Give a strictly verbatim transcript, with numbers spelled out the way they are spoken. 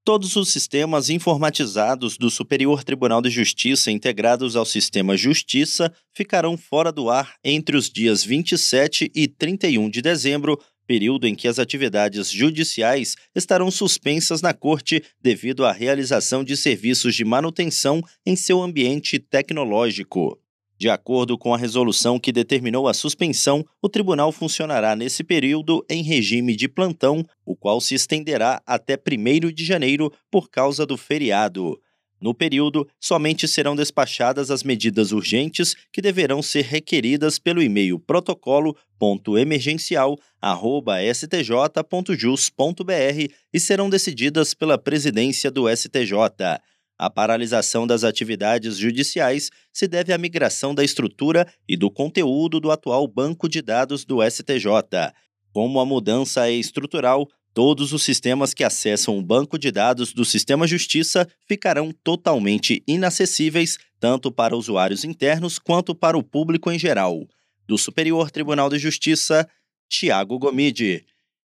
Todos os sistemas informatizados do Superior Tribunal de Justiça integrados ao sistema Justiça ficarão fora do ar entre os dias vinte e sete e trinta e um de dezembro, período em que as atividades judiciais estarão suspensas na Corte devido à realização de serviços de manutenção em seu ambiente tecnológico. De acordo com a resolução que determinou a suspensão, o tribunal funcionará nesse período em regime de plantão, o qual se estenderá até primeiro de janeiro por causa do feriado. No período, somente serão despachadas as medidas urgentes que deverão ser requeridas pelo e-mail protocolo ponto emergencial arroba s t j ponto jus ponto b r e serão decididas pela presidência do S T J. A paralisação das atividades judiciais se deve à migração da estrutura e do conteúdo do atual banco de dados do S T J. Como a mudança é estrutural, todos os sistemas que acessam o banco de dados do Sistema Justiça ficarão totalmente inacessíveis, tanto para usuários internos quanto para o público em geral. Do Superior Tribunal de Justiça, Tiago Gomide.